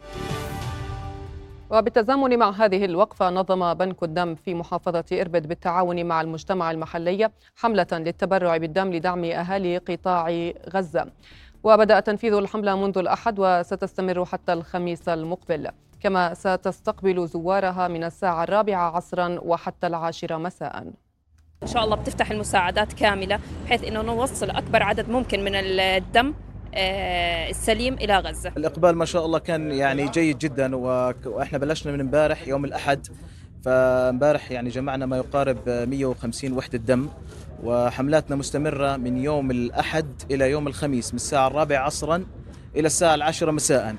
وبالتزامن مع هذه الوقفة نظم بنك الدم في محافظة إربد بالتعاون مع المجتمع المحلي حملة للتبرع بالدم لدعم أهالي قطاع غزة، وبدأ تنفيذ الحملة منذ الأحد وستستمر حتى الخميس المقبل، كما ستستقبل زوارها من الساعة 4 عصرا وحتى 10 مساء. إن شاء الله بتفتح المساعدات كاملة بحيث أنه نوصل أكبر عدد ممكن من الدم السليم إلى غزة. الإقبال ما شاء الله كان يعني جيد جدا، وإحنا بلشنا من امبارح يوم الأحد، فامبارح يعني جمعنا ما يقارب 150 وحدة دم، وحملاتنا مستمرة من يوم الأحد إلى يوم الخميس من الساعة 4 عصرا إلى الساعة 10 مساء.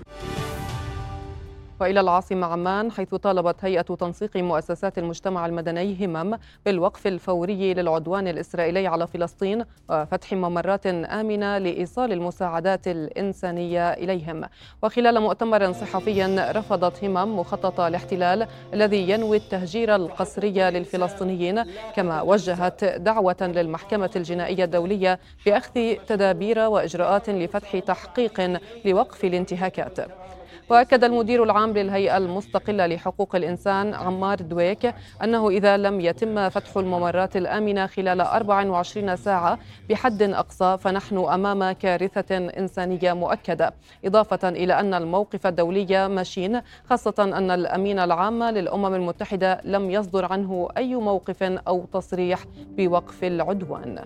وإلى العاصمة عمان، حيث طالبت هيئة تنسيق مؤسسات المجتمع المدني همم بالوقف الفوري للعدوان الإسرائيلي على فلسطين وفتح ممرات آمنة لإيصال المساعدات الإنسانية إليهم. وخلال مؤتمر صحفي رفضت همم مخطط الاحتلال الذي ينوي التهجير القسري للفلسطينيين، كما وجهت دعوة للمحكمة الجنائية الدولية بأخذ تدابير وإجراءات لفتح تحقيق لوقف الانتهاكات. وأكد المدير العام للهيئة المستقلة لحقوق الإنسان عمار دويك أنه إذا لم يتم فتح الممرات الآمنة خلال 24 ساعة بحد أقصى فنحن أمام كارثة إنسانية مؤكدة، إضافة إلى أن الموقف الدولي مشين، خاصة أن الأمين العام للأمم المتحدة لم يصدر عنه أي موقف أو تصريح بوقف العدوان.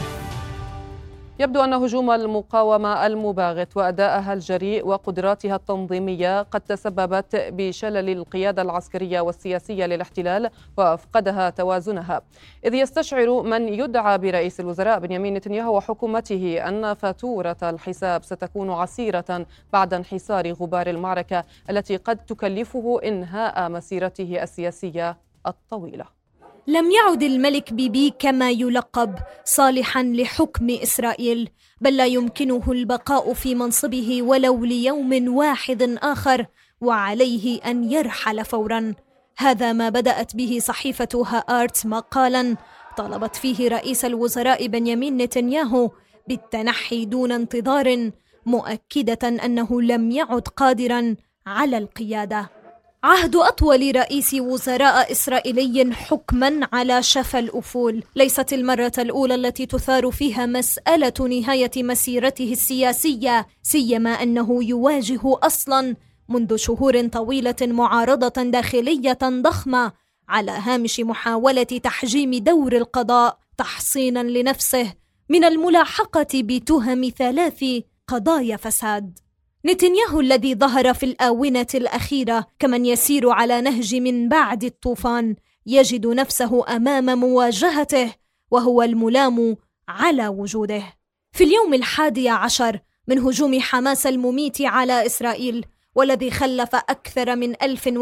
يبدو أن هجوم المقاومة المباغت وأداءها الجريء وقدراتها التنظيمية قد تسببت بشلل القيادة العسكرية والسياسية للاحتلال وأفقدها توازنها، إذ يستشعر من يدعى برئيس الوزراء بنيامين نتنياهو وحكومته أن فاتورة الحساب ستكون عسيرة بعد انحسار غبار المعركة التي قد تكلفه إنهاء مسيرته السياسية الطويلة. لم يعد الملك بيبي كما يلقب صالحا لحكم إسرائيل، بل لا يمكنه البقاء في منصبه ولو ليوم واحد آخر، وعليه أن يرحل فورا. هذا ما بدأت به صحيفة هآرتس مقالا طالبت فيه رئيس الوزراء بنيامين نتنياهو بالتنحي دون انتظار، مؤكدة أنه لم يعد قادرا على القيادة. عهد أطول رئيس وزراء إسرائيلي حكما على شفا الأفول. ليست المرة الأولى التي تثار فيها مسألة نهاية مسيرته السياسية، سيما أنه يواجه أصلا منذ شهور طويلة معارضة داخلية ضخمة على هامش محاولة تحجيم دور القضاء تحصينا لنفسه من الملاحقة بتهم 3 قضايا فساد. نتنياهو الذي ظهر في الآونة الأخيرة كمن يسير على نهج من بعد الطوفان يجد نفسه أمام مواجهته، وهو الملام على وجوده. في اليوم 11 من هجوم حماس المميت على إسرائيل، والذي خلف أكثر من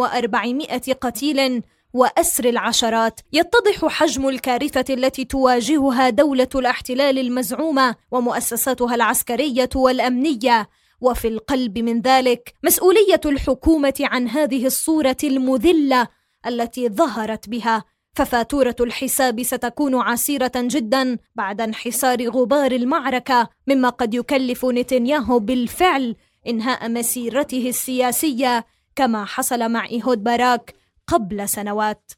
1400 قتيل وأسر العشرات، يتضح حجم الكارثة التي تواجهها دولة الاحتلال المزعومة ومؤسساتها العسكرية والأمنية، وفي القلب من ذلك مسؤولية الحكومة عن هذه الصورة المذلة التي ظهرت بها. ففاتورة الحساب ستكون عسيرة جدا بعد انحسار غبار المعركة، مما قد يكلف نتنياهو بالفعل إنهاء مسيرته السياسية كما حصل مع إيهود باراك قبل سنوات.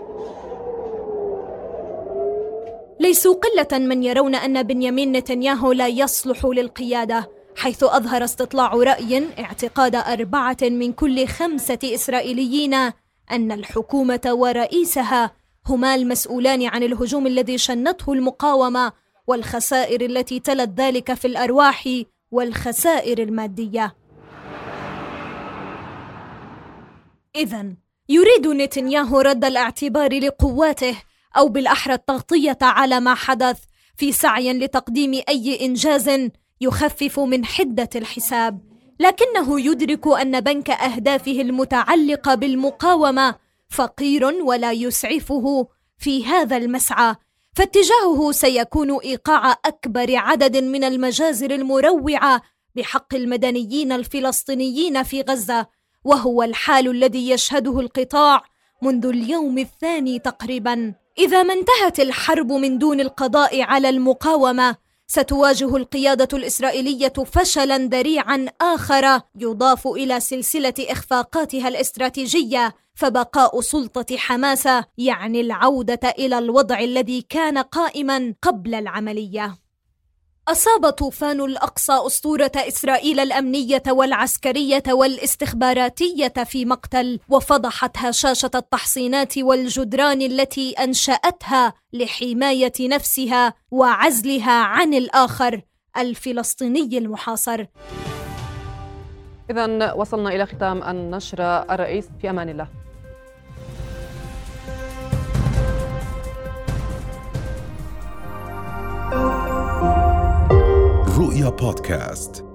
ليسوا قلة من يرون أن بنيامين نتنياهو لا يصلح للقيادة، حيث أظهر استطلاع رأي اعتقاد 4 من كل 5 إسرائيليين أن الحكومة ورئيسها هما المسؤولان عن الهجوم الذي شنته المقاومة والخسائر التي تلت ذلك في الأرواح والخسائر المادية. إذن يريد نتنياهو رد الاعتبار لقواته، أو بالأحرى التغطية على ما حدث، في سعي لتقديم أي إنجاز يخفف من حدة الحساب، لكنه يدرك أن بنك أهدافه المتعلقة بالمقاومة فقير ولا يسعفه في هذا المسعى، فاتجاهه سيكون إيقاع أكبر عدد من المجازر المروعة بحق المدنيين الفلسطينيين في غزة، وهو الحال الذي يشهده القطاع منذ اليوم 2 تقريبا. إذا ما انتهت الحرب من دون القضاء على المقاومة، ستواجه القيادة الإسرائيلية فشلا ذريعا آخر يضاف إلى سلسلة إخفاقاتها الاستراتيجية، فبقاء سلطة حماس يعني العودة إلى الوضع الذي كان قائما قبل العملية. أصاب طوفان الأقصى أسطورة إسرائيل الأمنية والعسكرية والاستخباراتية في مقتل، وفضحت هشاشة التحصينات والجدران التي أنشأتها لحماية نفسها وعزلها عن الآخر الفلسطيني المحاصر. إذن وصلنا إلى ختام النشرة. الرئيس في أمان الله. رؤيا بودكاست.